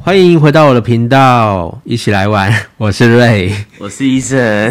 欢迎回到我的频道，一起来玩。我是瑞， 我是医生。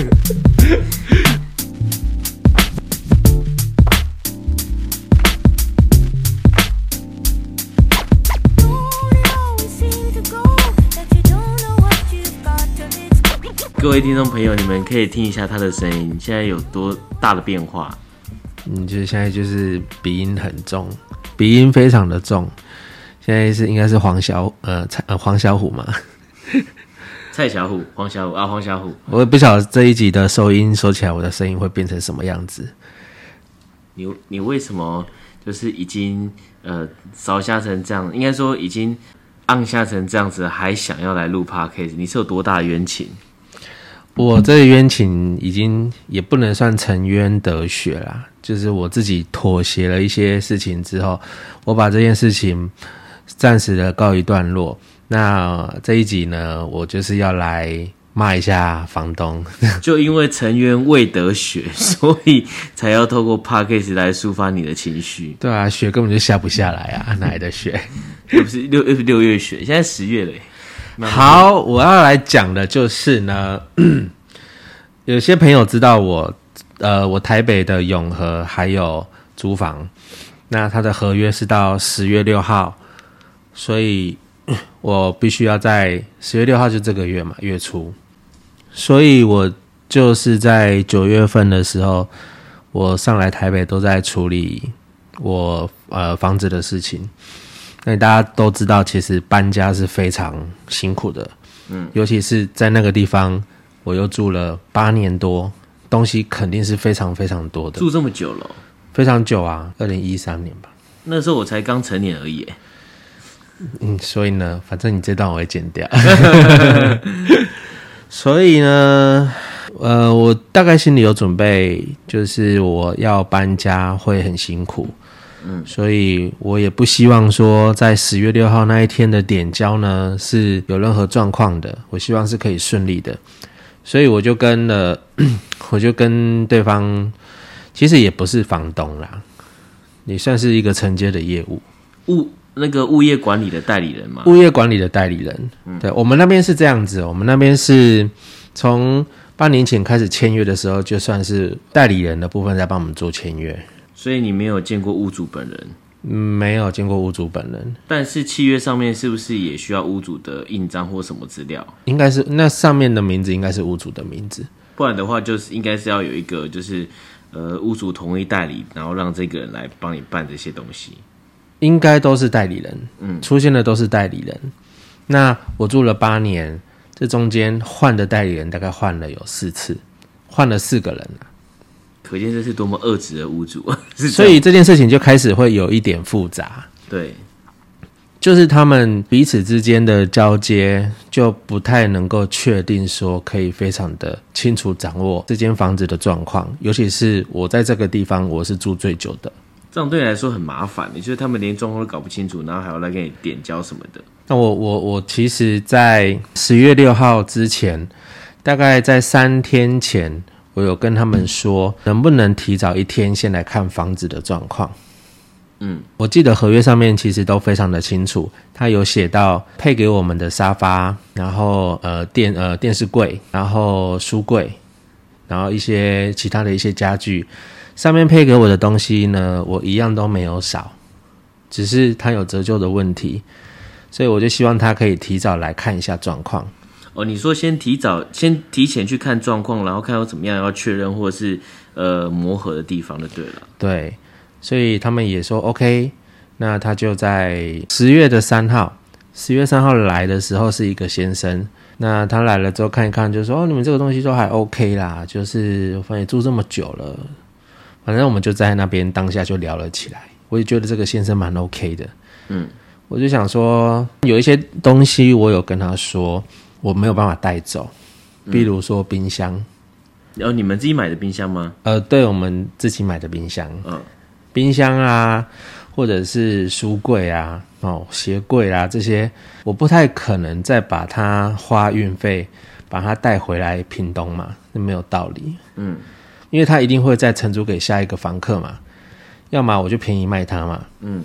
各位听众朋友，你们可以听一下他的声音，现在有多大的变化？ 就是现在就是鼻音很重，鼻音非常的重。现在应该是黄小虎嘛？ 蔡小虎、黄小虎啊，黄小虎。 我也不晓得这一集的收音收起来，我的声音会变成什么样子。 你为什么就是已经烧瞎成这样？应该说已经按下成这样子，还想要来录 Podcast？ 你是有多大的冤情？ 我这个冤情已经也不能算沉冤得雪啦，就是我自己妥协了一些事情之后，我把这件事情暂时的告一段落。那这一集呢，我就是要来骂一下房东， 就因为沉冤未得雪，所以才要透过 Podcast 来抒发你的情绪。 对啊，雪根本就下不下来啊，哪来的雪？ 不是六月雪，现在10月了耶。 好，我要来讲的就是呢，有些朋友知道我台北的永和还有租房，那他的合约是到10月6号，所以我必须要在10月6号就这个月嘛，月初，所以我就是在9月份的时候，我上来台北都在处理我房子的事情。那大家都知道，其实搬家是非常辛苦的，尤其是在那个地方，我又住了8年多，东西肯定是非常非常多的。 住这么久了？ 非常久啊，2013年吧。 那时候我才刚成年而已。 所以呢，反正你这段我会剪掉。所以呢，我大概心里有准备，就是我要搬家会很辛苦。所以我也不希望说在10月6号那一天的点交呢是有任何状况的，我希望是可以顺利的。所以我就跟对方，其实也不是房东啦，也算是一个承接的业务， 那个物业管理的代理人嘛。 物业管理的代理人，对，我们那边是这样子，我们那边是从8年前开始签约的时候，就算是代理人的部分在帮我们做签约。 所以你没有见过屋主本人？ 没有见过屋主本人。但是契约上面是不是也需要屋主的印章或什么资料？ 应该是，那上面的名字应该是屋主的名字， 不然的话就是应该是要有一个就是屋主同意代理，然后让这个人来帮你办这些东西。 应该都是代理人，出现的都是代理人。那我住了8年，这中间换的代理人大概换了有4次，换了4个人啊。 可见这是多么恶质的屋主。 所以这件事情就开始会有一点复杂。 对， 就是他们彼此之间的交接就不太能够确定说可以非常的清楚掌握这间房子的状况，尤其是我在这个地方我是住最久的， 这样对你来说很麻烦，就是他们连状况都搞不清楚，然后还要来给你点交什么的。 那我其实在10月6号之前，大概在3天前，我有跟他们说能不能提早1天先来看房子的状况。我记得合约上面其实都非常的清楚，他有写到配给我们的沙发，然后电视柜，然后书柜，然后一些其他的一些家具，上面配给我的东西呢，我一样都没有少，只是他有折旧的问题，所以我就希望他可以提早来看一下状况。 你说先提前去看状况，然后看有怎么样要确认或者是磨合的地方就对了。 对，所以他们也说 OK， 那他就在10月3号来的时候是一个先生，那他来了之后看一看就说你们这个东西都还 OK 啦，就是我发现住这么久了，反正我们就在那边当下就聊了起来，我也觉得这个先生蛮 OK 的。我就想说有一些东西我有跟他说我没有办法带走，比如说冰箱。 你们自己买的冰箱吗？ 对，我们自己买的冰箱。冰箱啊，或者是书柜啊，鞋柜啊，这些我不太可能再把它花运费把它带回来屏东嘛，那没有道理。因为它一定会再承租给下一个房客嘛，要么我就便宜卖它嘛。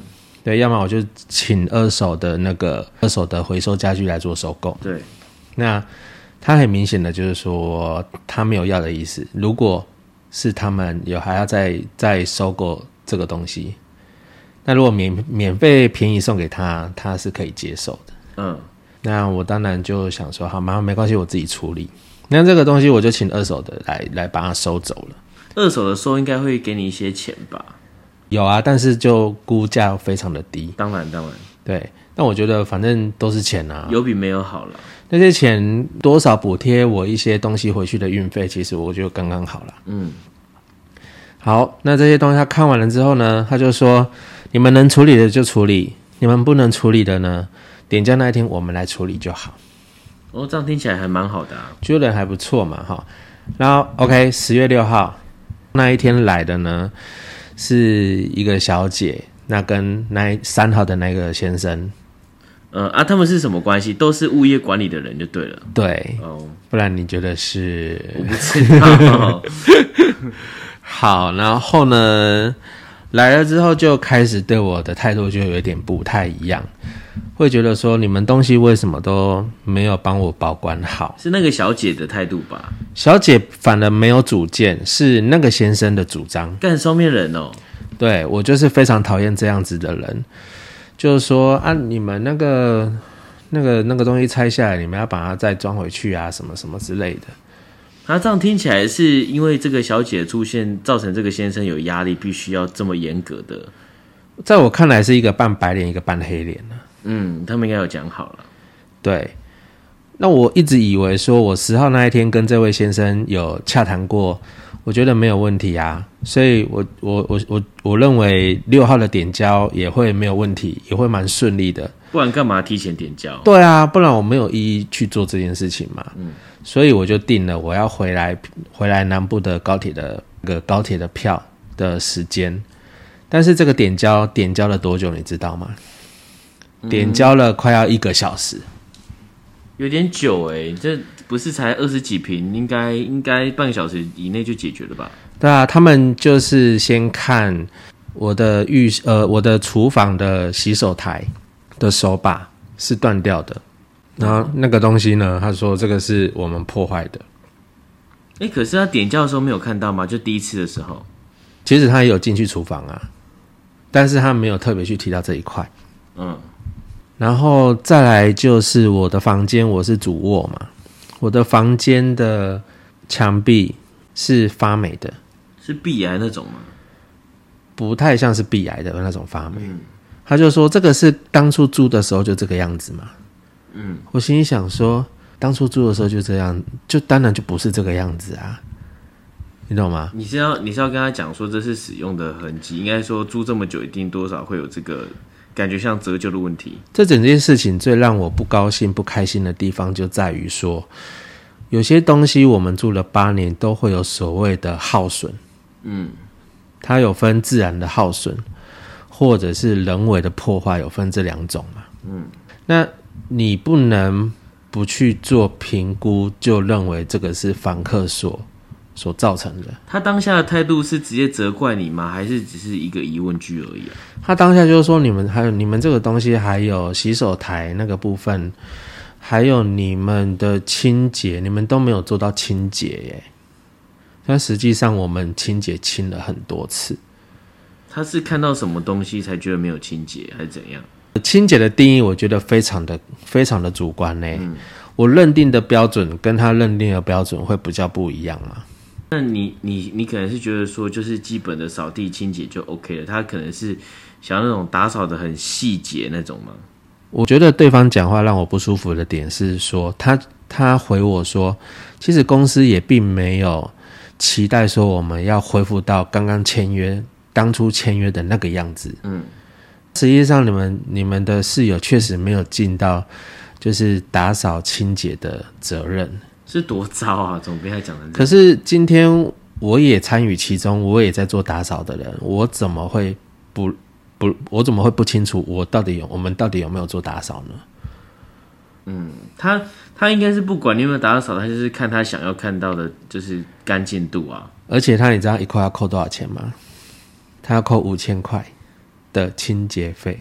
对，要么我就请二手的回收家具来做收购。 对， 那他很明显的就是说他没有要的意思。如果是他们还要再收购这个东西，那如果免费便宜送给他，他是可以接受的。 嗯， 那我当然就想说，好嘛，没关系，我自己处理。那这个东西我就请二手的来把它收走了。 二手的收应该会给你一些钱吧？ 有啊，但是就估价非常的低。 当然， 对，那我觉得反正都是钱啊， 有比没有好了。 那些钱多少补贴我一些东西回去的运费，其实我觉得刚刚好了。嗯，好，那这些东西他看完了之后呢，他就说：你们能处理的就处理，你们不能处理的呢，点交那一天我们来处理就好。 哦，这样听起来还蛮好的啊， 觉得还不错嘛，哈。然后 OK， 10月6号那一天来的呢，是一个小姐，那跟3号的那个先生， 他们是什么关系？都是物业管理的人就对了。 对， 哦， 不然你觉得是？ 我不知道。 好，然后呢，来了之后就开始对我的态度就有点不太一样，会觉得说你们东西为什么都没有帮我保管好？ 是那个小姐的态度吧？ 小姐反而没有主见，是那个先生的主张。 干双面人哦。 对，我就是非常讨厌这样子的人，就是说啊，你们那个东西拆下来，你们要把它再装回去啊，什么什么之类的。 他这样听起来是因为这个小姐的出现，造成这个先生有压力，必须要这么严格的。 在我看来是一个半白脸，一个半黑脸。 他们应该有讲好了。对， 那我一直以为说我10号那一天跟这位先生有洽谈过，我觉得没有问题啊，所以我认为6号的点交也会没有问题，也会蛮顺利的。 不然干嘛提前点交？ 对啊，不然我没有意义去做这件事情嘛。所以我就定了我要回来南部的高铁的票的时间。但是这个点交了多久你知道吗？点交了快要1个小时。 有点久这不是才20几坪，应该半个小时以内就解决了吧？ 对啊，他们就是先看我的厨房的洗手台的手把是断掉的，然后那个东西呢，他说这个是我们破坏的。 可是他点交的时候没有看到吗？就第一次的时候， 其实他也有进去厨房啊，但是他没有特别去提到这一块。然后再来就是我的房间，我是主卧嘛，我的房间的墙壁是发霉的。 是壁癌那种吗？ 不太像是壁癌的那种发霉。他就说这个是当初租的时候就这个样子嘛。我心里想说，当初租的时候就这样，就当然就不是这个样子啊，你懂吗？ 你是要跟他讲说这是使用的痕迹，应该说租这么久一定多少会有这个感觉像折旧的问题。 这整件事情最让我不高兴不开心的地方就在于说，有些东西我们住了8年都会有所谓的耗损。它有分自然的耗损或者是人为的破坏，有分这2种嘛。那你不能不去做评估就认为这个是房客所造成的。 他当下的态度是直接责怪你吗？还是只是一个疑问句而已啊？ 他当下就是说你们这个东西，还有洗手台那个部分，还有你们的清洁，你们都没有做到清洁耶。但实际上我们清洁清了很多次。 他是看到什么东西才觉得没有清洁，还是怎样？ 清洁的定义我觉得非常的主观耶。我认定的标准跟他认定的标准会比较不一样啊。 那你可能是觉得说就是基本的扫地清洁就 OK 了，他可能是想要那种打扫的很细节那种吗？ 我觉得对方讲话让我不舒服的点是说，他回我说，其实公司也并没有期待说我们要恢复到当初签约的那个样子。实际上你们的室友确实没有尽到就是打扫清洁的责任。 是多糟啊，总比他讲的。 可是今天我也参与其中，我也在做打扫的人，我怎么会不清楚我们到底有没有做打扫呢？ 他应该是不管你有没有打扫，他就是看他想要看到的就是干净度啊。 而且你知道一块要扣多少钱吗？他要扣5000块的清洁费。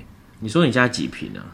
你说你家几平啊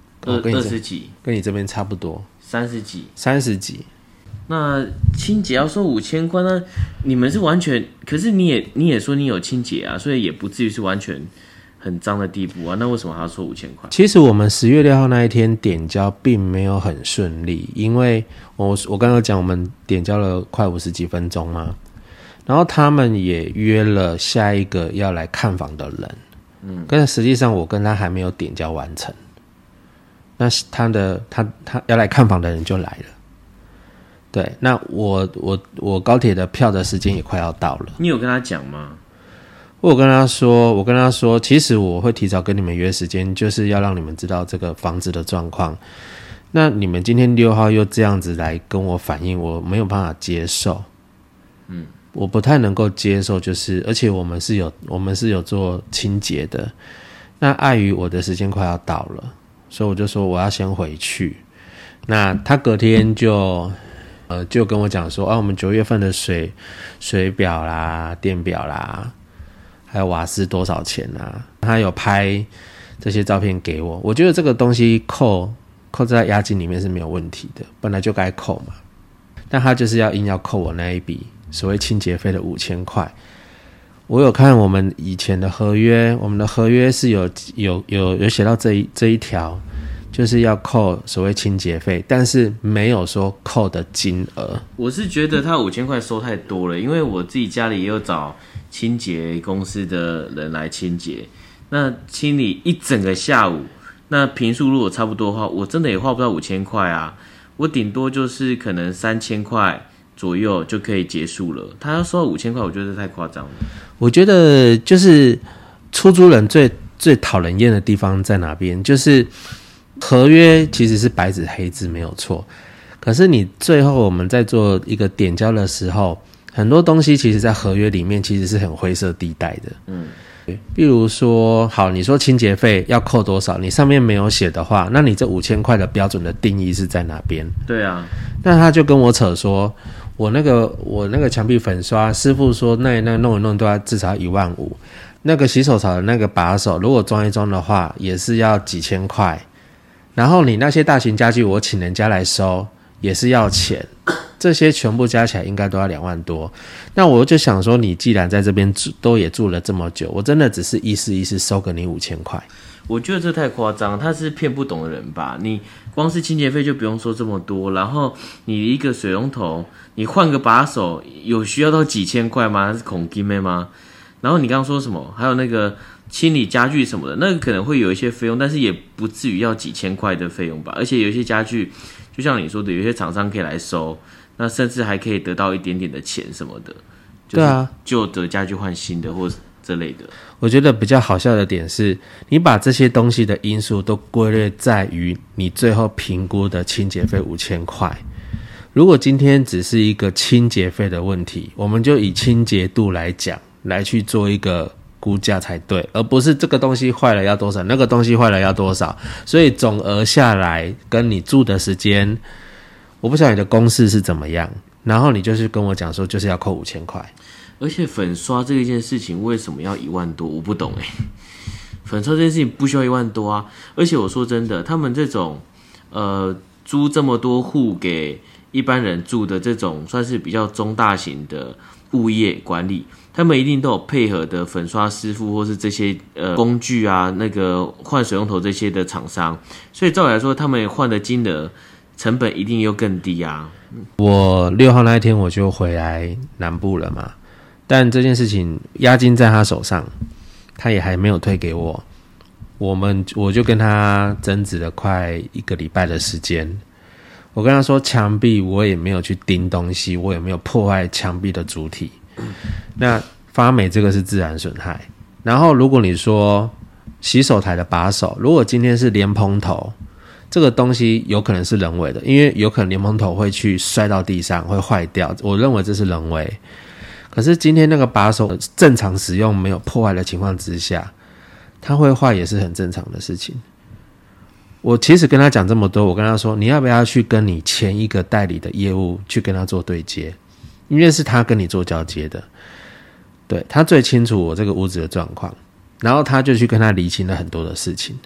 ？20几， 跟你这边差不多 ，30几 ，30几。 那清洁要收5000块，那你们是完全，可是你也说你有清洁啊，所以也不至于是完全很脏的地步啊。那为什么还要收5000块？ 其实我们10月6号那一天点交并没有很顺利，因为我刚刚讲我们点交了快50几分钟嘛，然后他们也约了下一个要来看房的人，但实际上我跟他还没有点交完成，那他要来看房的人就来了。对，那我高铁的票的时间也快要到了。 你有跟他讲吗？ 我跟他说，其实我会提早跟你们约时间，就是要让你们知道这个房子的状况。那你们今天6号又这样子来跟我反映，我没有办法接受。我不太能够接受，就是而且我们是有做清洁的，那碍于我的时间快要到了，所以我就说我要先回去。那他隔天就跟我讲说，我们9月份的水表啦、电表啦，还有瓦斯多少钱啊？他有拍这些照片给我，我觉得这个东西扣在押金里面是没有问题的，本来就该扣嘛。但他就是硬要扣我那一笔所谓清洁费的5000块。我有看我们以前的合约，我们的合约是有写到这一条。就是要扣所谓清洁费，但是没有说扣的金额。 我是觉得他5000块收太多了，因为我自己家里也有找清洁公司的人来清洁，那清理一整个下午，那坪数如果差不多的话，我真的也花不到5000块啊，我顶多就是可能3000块左右就可以结束了。他要收5000块，我觉得太夸张了。 我觉得就是出租人最讨人厌的地方在哪边，就是合约其实是白纸黑字没有错，可是你最后我们在做一个点交的时候，很多东西其实在合约里面其实是很灰色地带的。比如说好，你说清洁费要扣多少，你上面没有写的话，那你这5000块的标准的定义是在哪边？ 对啊， 那他就跟我扯说，我那个墙壁粉刷师傅说那弄一弄都要至少15000，那个洗手槽的那个把手如果装一装的话也是要几千块，然后你那些大型家具我请人家来收也是要钱，这些全部加起来应该都要2万多。那我就想说，你既然在这边都也住了这么久，我真的只是意思收个你5000块。 我觉得这太夸张，他是骗不懂的人吧？你光是清洁费就不用说这么多，然后你一个水龙头你换个把手有需要到几千块吗？那是恐金妹吗？然后你刚刚说什么？还有那个清理家具什么的，那个可能会有一些费用，但是也不至于要几千块的费用吧。而且有一些家具，就像你说的，有些厂商可以来收，那甚至还可以得到一点点的钱什么的。 对啊， 旧的家具换新的或这类的。 我觉得比较好笑的点是，你把这些东西的因素都归类在于你最后评估的清洁费5000块。如果今天只是一个清洁费的问题，我们就以清洁度来讲，来去做一个估价才对，而不是这个东西坏了要多少，那个东西坏了要多少。所以总额下来跟你住的时间，我不晓得你的公式是怎么样，然后你就是跟我讲说就是要扣5000块。 而且粉刷这一件事情为什么要1万多？我不懂粉刷这件事情不需要1万多啊！而且我说真的，他们这种租这么多户给一般人住的这种算是比较中大型的物业管理，他们一定都有配合的粉刷师傅或是这些工具啊，那个换水龙头这些的厂商，所以照理来说，他们换的金额成本一定又更低啊。 我6号那一天我就回来南部了嘛，但这件事情押金在他手上，他也还没有退给我，我就跟他争执了快1个礼拜的时间。我跟他说，墙壁我也没有去钉东西，我也没有破坏墙壁的主体。那发霉这个是自然损害。然后如果你说洗手台的把手，如果今天是莲蓬头，这个东西有可能是人为的，因为有可能莲蓬头会去摔到地上会坏掉，我认为这是人为。可是今天那个把手正常使用没有破坏的情况之下，它会坏也是很正常的事情。我其实跟他讲这么多，我跟他说，你要不要去跟你前一个代理的业务去跟他做对接，因为是他跟你做交接的，对，他最清楚我这个屋子的状况，然后他就去跟他厘清了很多的事情。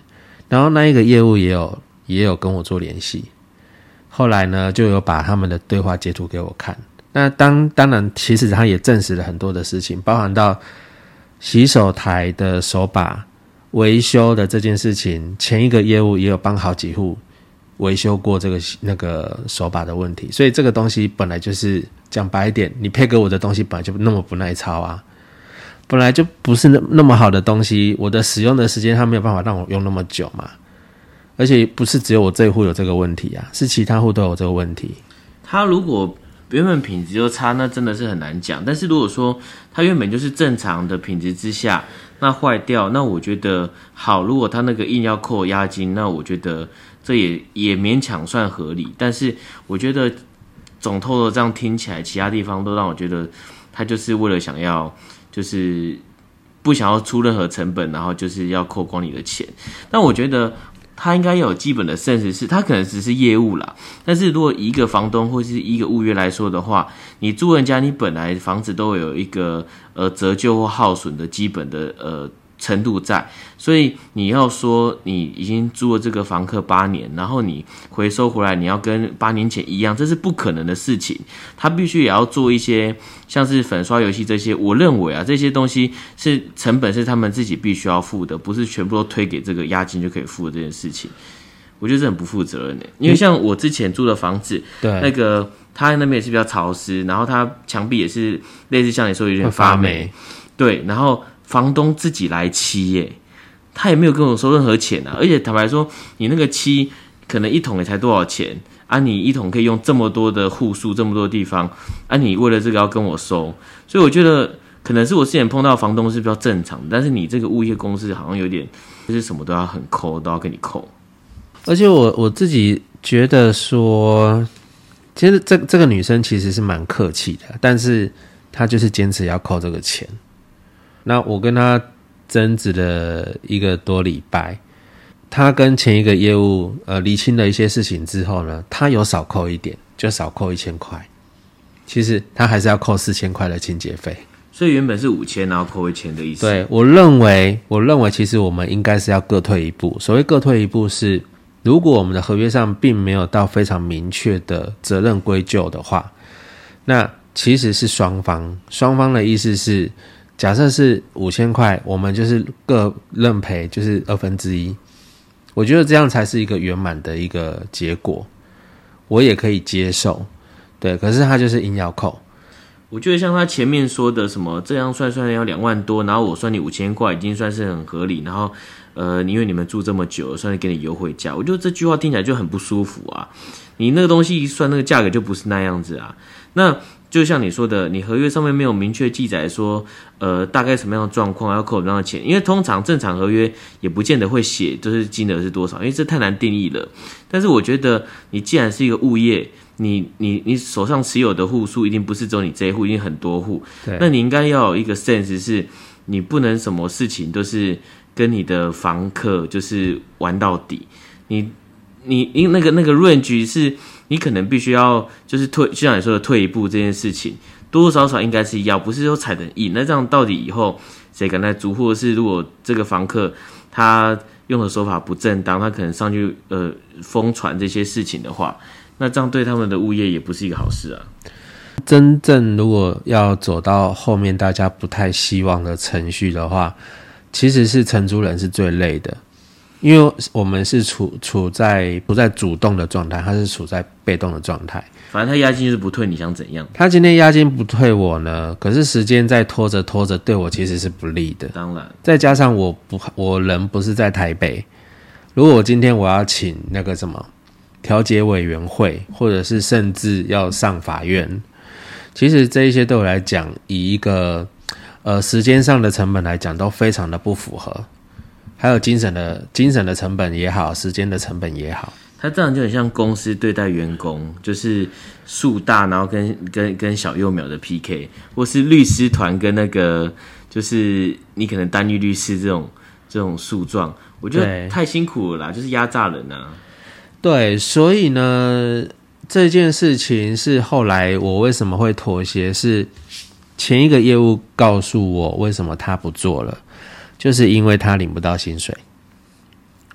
然后那一个业务也有跟我做联系，后来呢就有把他们的对话截图给我看。那当然其实他也证实了很多的事情，包含到洗手台的手把维修的这件事情，前一个业务也有帮好几户维修过那个手把的问题，所以这个东西本来就是讲白一点，你配给我的东西本来就那么不耐操啊，本来就不是那么好的东西，我的使用的时间它没有办法让我用那么久嘛，而且不是只有我这一户有这个问题啊，是其他户都有这个问题。 它如果原本品质就差，那真的是很难讲。但是如果说它原本就是正常的品质之下，那坏掉，那我觉得好。如果它那个硬要扣押金，那我觉得这也勉强算合理。但是我觉得总透的这样听起来，其他地方都让我觉得他就是为了想要，就是不想要出任何成本，然后就是要扣光你的钱。但我觉得他应该要有基本的sense，是他可能只是业务啦，但是如果以一个房东或是一个物业来说的话，你租人家，你本来房子都有一个折旧或耗损的基本的程度在，所以你要说你已经租了这个房客8年，然后你回收回来你要跟8年前一样，这是不可能的事情。他必须也要做一些像是粉刷游戏这些，我认为啊这些东西是成本是他们自己必须要付的，不是全部都推给这个押金就可以付的这件事情。我觉得这很不负责任的，因为像我之前住的房子，那个他那边也是比较潮湿，然后他墙壁也是类似像你说有点发霉，对，然后房东自己来漆耶，他也没有跟我收任何钱啊，而且坦白说，你那个漆可能一桶也才多少钱啊？你一桶可以用这么多的户数，这么多地方啊？你为了这个要跟我收，所以我觉得可能是我之前碰到房东是比较正常的，但是你这个物业公司好像有点就是什么都要很抠，都要跟你扣。 而且我自己觉得说，其实这个女生其实是蛮客气的，但是她就是坚持要扣这个钱。那我跟她争执了1个多礼拜，她跟前一个业务厘清了一些事情之后呢，她有少扣一点，就少扣1000块。其实她还是要扣4000块的清洁费， 所以原本是5000，然后扣1000的意思。 对，我认为其实我们应该是要各退一步。所谓各退一步是，如果我们的合约上并没有到非常明确的责任归咎的话，那其实是双方的意思是，假设是5000块，我们就是各认赔就是1/2，我觉得这样才是一个圆满的一个结果，我也可以接受。对，可是他就是硬要扣。 我觉得像他前面说的什么这样算要2万多，然后我算你5000块，已经算是很合理。然后因为你们住这么久，算是给你优惠价。我觉得这句话听起来就很不舒服啊！你那个东西一算，那个价格就不是那样子啊。那就像你说的，你合约上面没有明确记载说，大概什么样的状况要扣什么样的钱，因为通常正常合约也不见得会写，就是金额是多少，因为这太难定义了。但是我觉得，你既然是一个物业，你手上持有的户数一定不是只有你这一户，一定很多户，那你应该要有一个 sense， 是你不能什么事情都是跟你的房客就是玩到底，你那个 range 是你可能必须要就是就像你说的退一步这件事情，多多少少应该是要，不是说踩得硬。那这样到底以后谁敢来租，或者是如果这个房客他用的手法不正当，他可能上去疯传这些事情的话，那这样对他们的物业也不是一个好事啊。 真正如果要走到后面大家不太希望的程序的话，其实是承租人是最累的，因为我们是处在不在主动的状态，他是处在被动的状态。 反正他押金就是不退，你想怎样？ 他今天押金不退我呢，可是时间再拖着，对我其实是不利的。 当然， 再加上我人不是在台北，如果我今天我要请那个什么调解委员会，或者是甚至要上法院，其实这一些对我来讲，以一个时间上的成本来讲，都非常的不符合。还有精神的成本也好，时间的成本也好， 他这样就很像公司对待员工，就是树大，然后跟小幼苗的 PK， 或是律师团跟那个就是你可能单一律师这种诉状，我觉得太辛苦了啦，就是压榨人啊。 对，所以呢，这件事情是后来我为什么会妥协，是前一个业务告诉我为什么他不做了。就是因为他领不到薪水，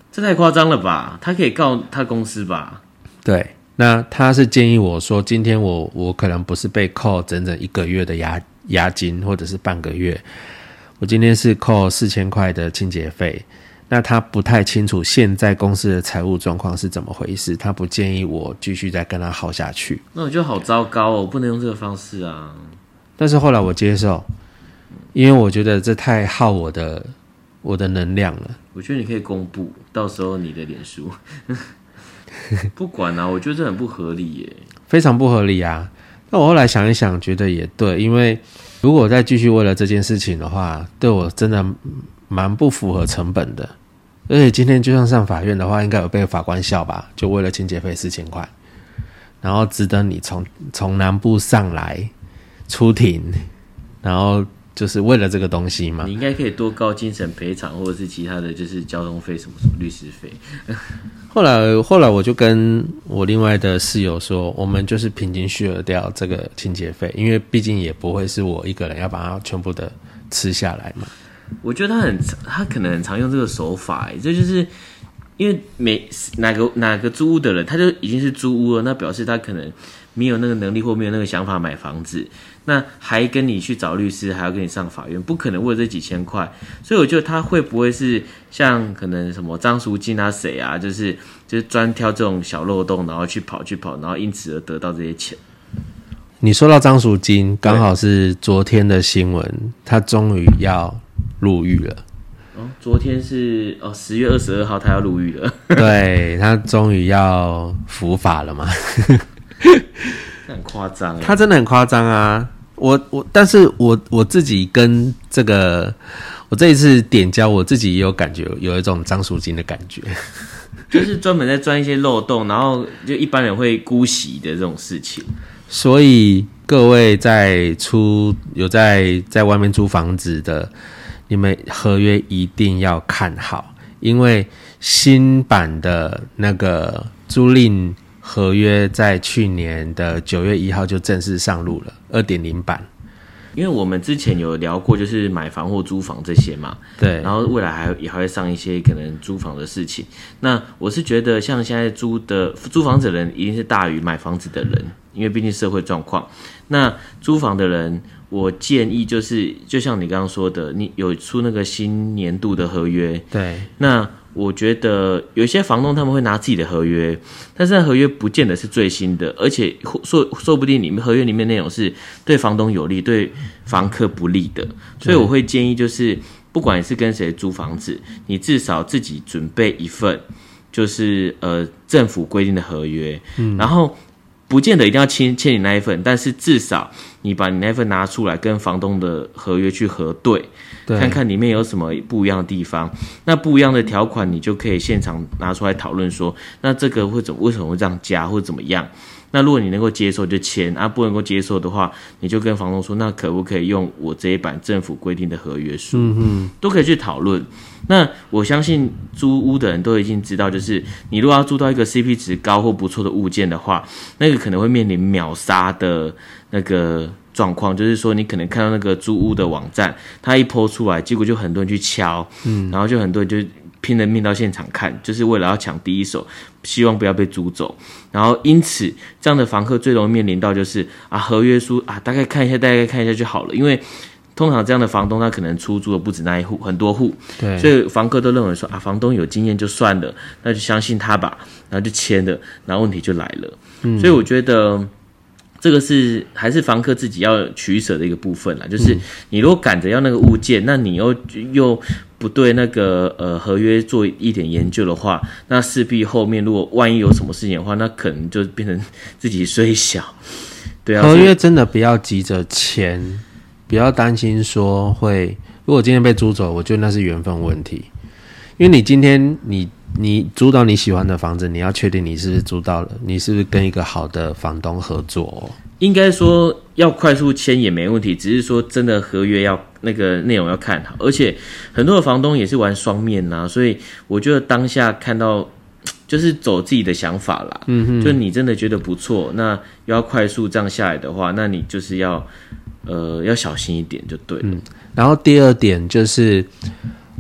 这太夸张了吧？他可以告他公司吧？ 对，那他是建议我说，今天我可能不是被扣整整1个月的押金，或者是半个月，我今天是扣4000块的清洁费。那他不太清楚现在公司的财务状况是怎么回事，他不建议我继续再跟他耗下去。 那我就好糟糕哦，我不能用这个方式啊。 但是后来我接受，因为我觉得这太耗我的能量了。 我觉得你可以公布，到时候你的脸书。不管啊，我觉得这很不合理耶， 非常不合理啊。那我后来想一想，觉得也对，因为如果我再继续为了这件事情的话，对我真的蛮不符合成本的。而且今天就算上法院的话，应该有被法官笑吧？就为了清洁费4000块，然后值得你从南部上来出庭，然后就是为了这个东西嘛。 你应该可以多告精神赔偿，或者是其他的就是交通费什么律师费。 后来我就跟我另外的室友说，我们就是平均share掉这个清洁费，因为毕竟也不会是我一个人要把它全部的吃下来嘛。 我觉得他可能很常用这个手法，这就是因为哪个租屋的人，他就已经是租屋了，那表示他可能没有那个能力或没有那个想法买房子，那还跟你去找律师，还要跟你上法院，不可能为了这几千块。所以我觉得他会不会是像可能什么张淑金啊谁啊，就是专挑这种小漏洞，然后去跑，然后因此而得到这些钱。 你说到张淑金，刚好是昨天的新闻，他终于要入狱了。 昨天是10月22号，他要入狱了。 对，他终于要伏法了嘛？ 很夸张， 他真的很夸张啊！但是我自己跟这个，我这一次点交，我自己也有感觉，有一种张淑金的感觉， 就是专门在钻一些漏洞，然后就一般人会姑息的这种事情。 所以各位有在外面租房子的，你们合约一定要看好，因为新版的那个租赁合约在去年的9月1号就正式上路了 2.0 版。 因为我们之前有聊过，就是买房或租房这些嘛， 对， 然后未来也还会上一些可能租房的事情。那我是觉得，像现在租房子的人一定是大于买房子的人，因为毕竟社会状况。那租房的人，我建议就是就像你刚刚说的，你有出那个新年度的合约， 对， 那我觉得有些房东他们会拿自己的合约，但是那合约不见得是最新的，而且说不定你们合约里面内容是对房东有利，对房客不利的。所以我会建议就是，不管你是跟谁租房子，你至少自己准备一份，就是政府规定的合约，然后不见得一定要签你那一份，但是至少你把你那份拿出来跟房东的合约去核对，看看里面有什么不一样的地方。那不一样的条款，你就可以现场拿出来讨论说，那这个为什么会这样加，或者怎么样？那如果你能够接受就签啊，不能够接受的话，你就跟房东说，那可不可以用我这一版政府规定的合约书？都可以去讨论。那我相信租屋的人都已经知道，就是你如果要租到一个 CP 值高或不错的物件的话，那个可能会面临秒杀的那个状况，就是说你可能看到那个租屋的网站，它一po出来，结果就很多人去敲，然后就很多人就拼了命到现场看，就是为了要抢第一手，希望不要被租走。然后因此这样的房客最容易面临到就是合约书大概看一下就好了，因为通常这样的房东他可能出租的不止那一户，很多户，对，所以房客都认为说房东有经验就算了，那就相信他吧，然后就签了，然后问题就来了。所以我觉得这个还是房客自己要取舍的一个部分啦，就是你如果赶着要那个物件，那你又不对那个合约做一点研究的话，那势必后面如果万一有什么事情的话，那可能就变成自己衰小。对啊， 合约真的不要急着签，不要担心说如果今天被租走，我觉得那是缘分问题。因为你今天你租到你喜欢的房子，你要确定你是不是租到了，你是不是跟一个好的房东合作应该说要快速签也没问题，只是说真的合约要那个内容要看好，而且很多的房东也是玩双面所以我觉得当下看到就是走自己的想法啦，就你真的觉得不错，那要快速这样下来的话，那你就是要小心一点就对了。 然后第二点就是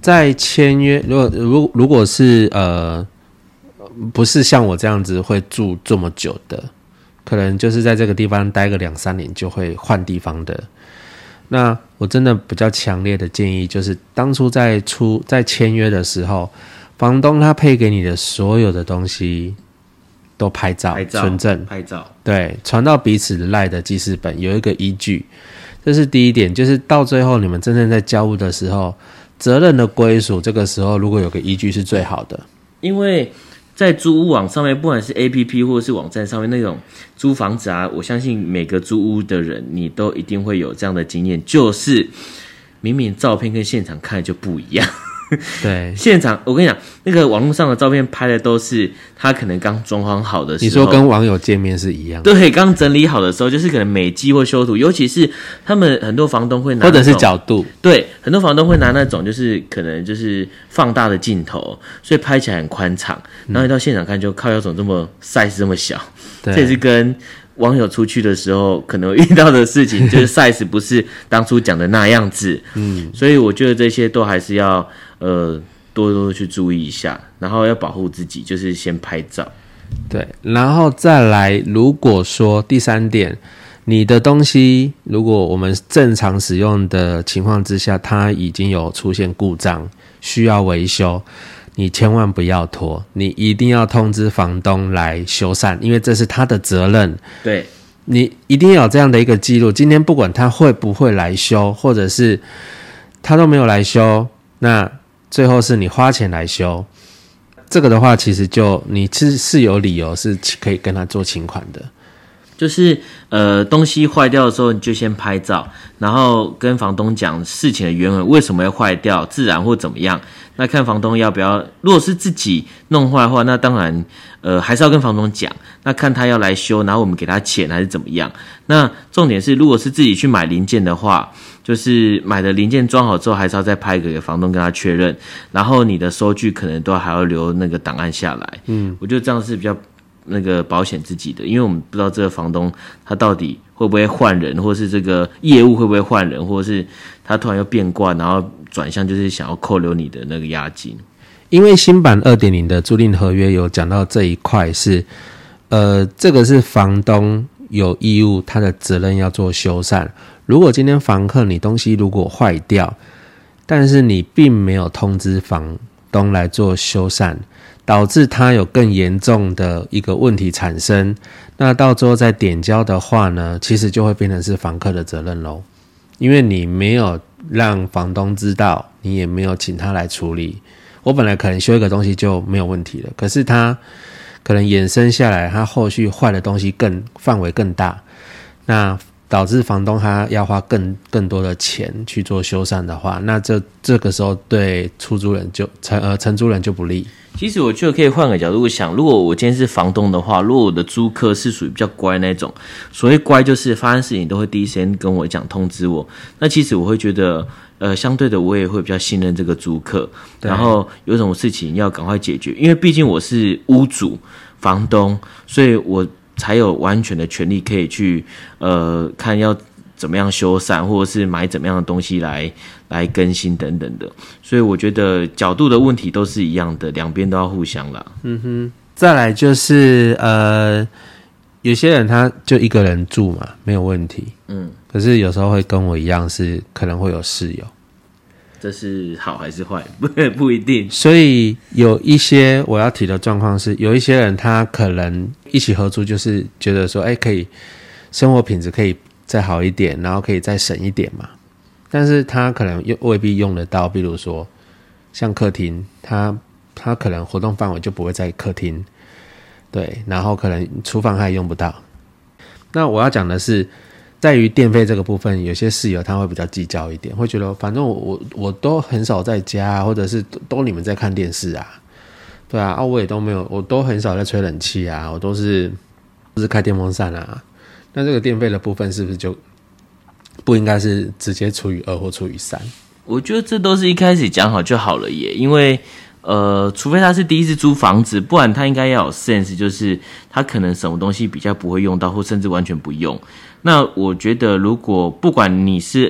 在签约，如果是不是像我这样子会住这么久的，可能就是在这个地方待个2-3年就会换地方的。那我真的比较强烈的建议就是，当初在签约的时候，房东他配给你的所有的东西都拍照存证， 拍照， 对，传到彼此的LINE的记事本，有一个依据。这是第一点，就是到最后你们真正在交屋的时候，责任的归属，这个时候如果有个依据是最好的。 因为在租屋网上面，不管是 APP 或者是网站上面那种租房子啊，我相信每个租屋的人，你都一定会有这样的经验，就是明明照片跟现场看的就不一样。 对， 现场我跟你讲，那个网络上的照片拍的都是他可能刚装潢好的时候， 你说跟网友见面是一样的， 对，刚整理好的时候，就是可能美肌或修图，尤其是他们很多房东会拿， 或者是角度， 对，很多房东会拿那种就是可能就是放大的镜头，所以拍起来很宽敞，然后一到现场看就靠腰怎么这么 size 这么小，这也是跟网友出去的时候可能遇到的事情，就是 size 不是当初讲的那样子，所以我觉得这些都还是要多多去注意一下，然后要保护自己，就是先拍照。 对，然后再来，如果说第3点，你的东西如果我们正常使用的情况之下，它已经有出现故障，需要维修，你千万不要拖，你一定要通知房东来修缮，因为这是他的责任。 对， 你一定要有这样的一个记录，今天不管他会不会来修，或者是他都没有来修，那最后是你花钱来修，这个的话其实就你是有理由是可以跟他做请款的。 就是东西坏掉的时候，你就先拍照，然后跟房东讲事情的原委，为什么要坏掉，自燃或怎么样。那看房东要不要，如果是自己弄坏的话，那当然还是要跟房东讲，那看他要来修，然后我们给他钱还是怎么样。那重点是，如果是自己去买零件的话，就是买的零件装好之后，还是要再拍给房东跟他确认，然后你的收据可能都还要留那个档案下来。我觉得这样是比较那个保险自己的，因为我们不知道这个房东他到底会不会换人，或是这个业务会不会换人，或者是他突然又变卦，然后转向就是想要扣留你的那个押金。 因为新版 2.0 的租赁合约有讲到这一块是这个是房东有义务，他的责任要做修缮。如果今天房客你东西如果坏掉，但是你并没有通知房东来做修缮，导致他有更严重的一个问题产生，那到最后再点交的话呢，其实就会变成是房客的责任咯，因为你没有让房东知道，你也没有请他来处理。我本来可能修一个东西就没有问题了，可是他可能衍生下来，他后续坏的东西范围更大，那导致房东他要花更多的钱去做修缮的话，那这个时候对出租人就承租人就不利。 其实我觉得可以换个角度想，如果我今天是房东的话，如果我的租客是属于比较乖那种，所谓乖就是发生事情都会第一时间跟我讲通知我，那其实我会觉得相对的我也会比较信任这个租客，然后有什么事情要赶快解决，因为毕竟我是屋主房东，所以我才有完全的权利可以去看要怎么样修缮，或者是买怎么样的东西来更新等等的，所以我觉得角度的问题都是一样的，两边都要互相啦。 再来就是有些人他就一个人住嘛，没有问题，可是有时候会跟我一样是可能会有室友， 这是好还是坏不一定。 所以有一些我要提的状况是，有一些人他可能一起合租，就是觉得说可以生活品质可以再好一点，然后可以再省一点嘛，但是他可能未必用得到，比如说像客厅，他可能活动范围就不会在客厅，对，然后可能厨房他也用不到。那我要讲的是，在于电费这个部分，有些室友他会比较计较一点，会觉得反正我都很少在家，或者是都你们在看电视啊，对啊，我也都没有，我都很少在吹冷气啊，我都是开电风扇啊。那这个电费的部分是不是就不应该是直接除以2或除以3？ 我觉得这都是一开始讲好就好了耶，因为除非他是第一次租房子，不然他应该要有 sense， 就是他可能什么东西比较不会用到，或甚至完全不用。那我觉得如果不管你是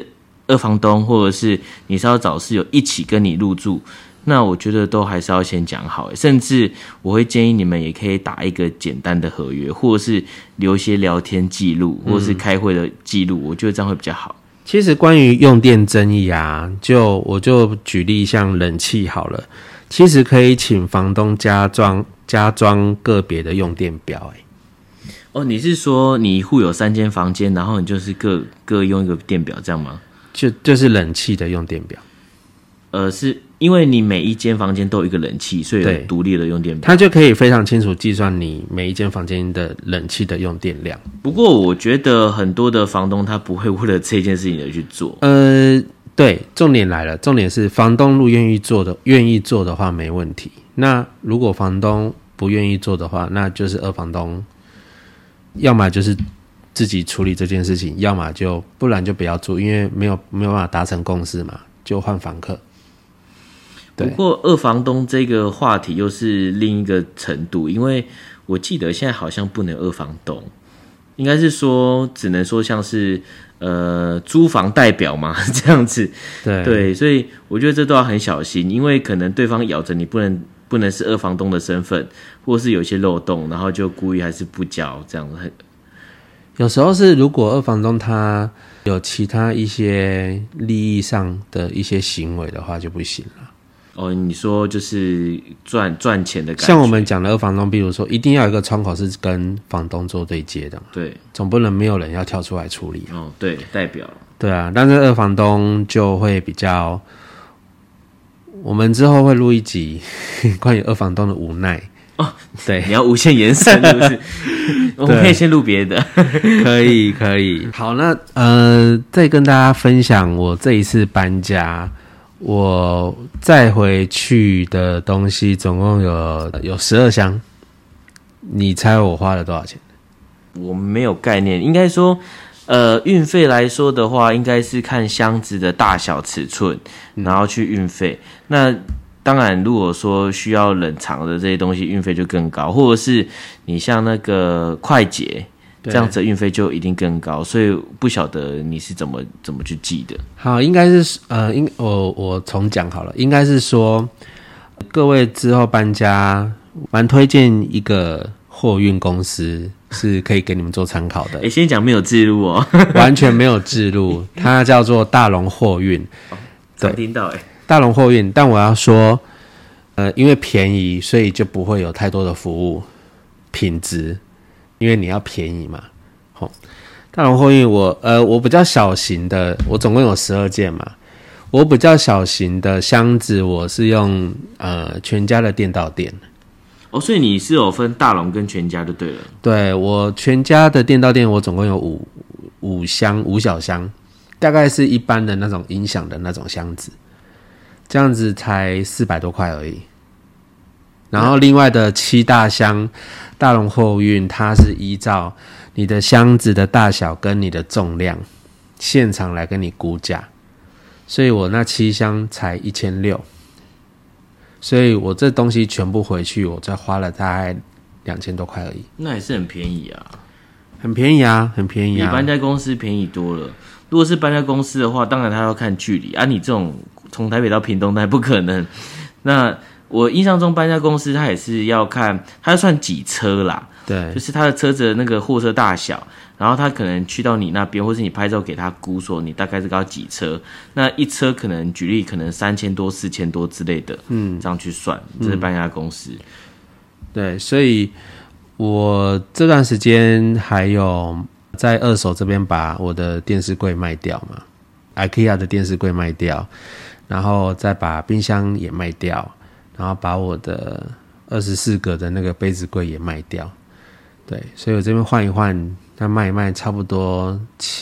二房东，或者是你是要找室友一起跟你入住，那我觉得都还是要先讲好，甚至我会建议你们也可以打一个简单的合约，或者是留一些聊天记录，或者是开会的记录，我觉得这样会比较好。 其实关于用电争议啊，我就举例像冷气好了，其实可以请房东加装个别的用电表。 哦，你是说你一户有3间房间，然后你就是各用一个电表这样吗？ 就是冷气的用电表。 是因为你每一间房间都有一个冷气，所以有独立的用电表， 它就可以非常清楚计算你每一间房间的冷气的用电量。 不过我觉得很多的房东他不会为了这件事情而去做。 对，重点来了，重点是房东如果愿意做的话没问题。那如果房东不愿意做的话，那就是二房东要么就是自己处理这件事情，要么不然就不要做，因为没有办法达成共识嘛，就换房客。 不过二房东这个话题又是另一个程度，因为我记得现在好像不能二房东，应该是说只能说像是租房代表嘛这样子。对，所以我觉得这都要很小心，因为可能对方咬着你不能是二房东的身份，或是有一些漏洞，然后就故意还是不交这样子。 有时候是如果二房东他有其他一些利益上的一些行为的话就不行了。 哦，你说就是赚钱的感觉。 像我们讲的二房东，比如说一定要有一个窗口是跟房东做对接的， 对， 总不能没有人要跳出来处理。 哦，对，代表。 对啊，但是二房东就会比较，我们之后会录一集关于二房东的无奈。 哦， 对， 你要无限延伸是不是？我们可以先录别的。 可以。好，那再跟大家分享我这一次搬家。我再回去的东西总共有12箱，你猜我花了多少钱？ 我没有概念，应该说，运费来说的话，应该是看箱子的大小尺寸，然后去运费。那当然，如果说需要冷藏的这些东西，运费就更高，或者是你像那个快捷。这样子的运费就一定更高，所以不晓得你是怎么去记的。 好，应该是我重讲好了，应该是说各位之后搬家，蛮推荐一个货运公司，是可以给你们做参考的。 先讲没有置入哦， 完全没有置入，它叫做大龙货运。 常听到大龙货运，但我要说，因为便宜，所以就不会有太多的服务品质。因为你要便宜嘛，大龙货运我比较小型的，我总共有12件嘛。我比较小型的箱子，我是用全家的店到店。 哦，所以你是有分大龙跟全家就对了。 对，我全家的店到店，我总共有五小箱，大概是一般的那种音响的那种箱子，这样子才400多块而已。然后另外的7大箱大龙货运，它是依照你的箱子的大小跟你的重量现场来跟你估价，所以我那7箱才1600，所以我这东西全部回去我才花了大概2000多块而已。 那也是很便宜啊。 很便宜啊，很便宜啊， 比搬家公司便宜多了。如果是搬家公司的话，当然他要看距离啊，你这种从台北到屏东那不可能。那我印象中搬家公司它也是要看，它要算几车啦， 对， 就是它的车子的那个货车大小，然后他可能去到你那边，或是你拍照给他估说你大概是要几车，那一车可能举例可能3000多、4000多之类的，这样去算，这是搬家公司。 对，所以我这段时间还有在二手这边把我的电视柜卖掉嘛 ，IKEA 的电视柜卖掉，然后再把冰箱也卖掉。然后把我的24个的那个杯子柜也卖掉，对，所以我这边换一换，那卖一卖差不多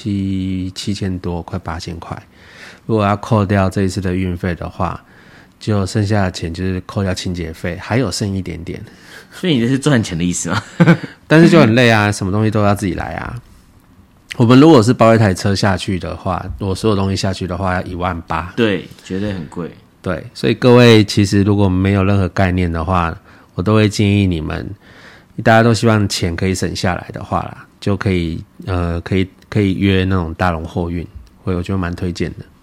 7000多，快8000块。如果要扣掉这一次的运费的话，就剩下的钱就是扣掉清洁费，还有剩一点点。 所以你这是赚钱的意思吗？ 但是就很累啊，什么东西都要自己来啊。我们如果是包一台车下去的话，我所有东西下去的话要18000， 对，绝对很贵。 对，所以各位其实如果没有任何概念的话，我都会建议你们，大家都希望钱可以省下来的话啦，就可以约那种大龙货运，我觉得蛮推荐的。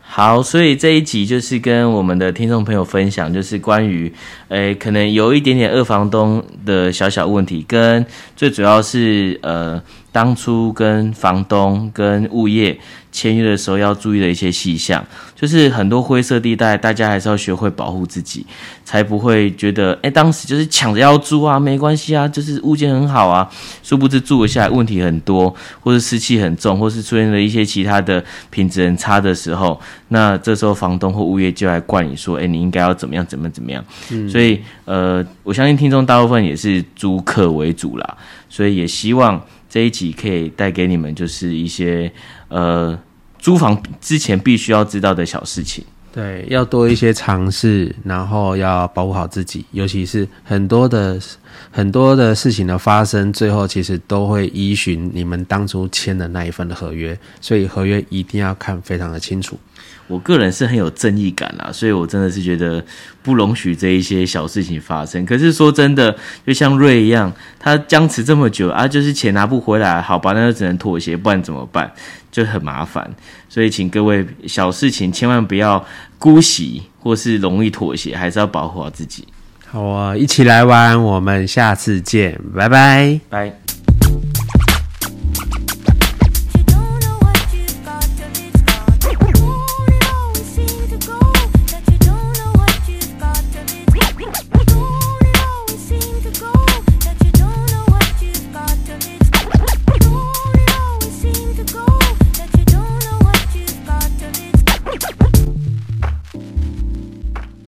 好，所以这一集就是跟我们的听众朋友分享，就是关于，可能有一点点二房东的小小问题，跟最主要是当初跟房东跟物业签约的时候要注意的一些细项，就是很多灰色地带，大家还是要学会保护自己，才不会觉得，当时就是抢着要租啊，没关系啊，就是物件很好啊，殊不知住了下来问题很多，或是湿气很重，或是出现了一些其他的品质很差的时候，那这时候房东或物业就来怪你说，你应该要怎么样怎么样。所以我相信听众大部分也是租客为主啦，所以也希望这一集可以带给你们就是一些租房之前必须要知道的小事情。 对，要多一些尝试，然后要保护好自己，尤其是很多的事情的发生，最后其实都会依循你们当初签的那一份的合约，所以合约一定要看非常的清楚。 我个人是很有正义感啦，所以我真的是觉得不容许这一些小事情发生。可是说真的，就像瑞一样，他僵持这么久啊，就是钱拿不回来，好吧，那就只能妥协，不然怎么办？就很麻烦。所以请各位小事情千万不要姑息，或是容易妥协，还是要保护好自己。 好啊，一起来玩，我们下次见，拜拜， 拜。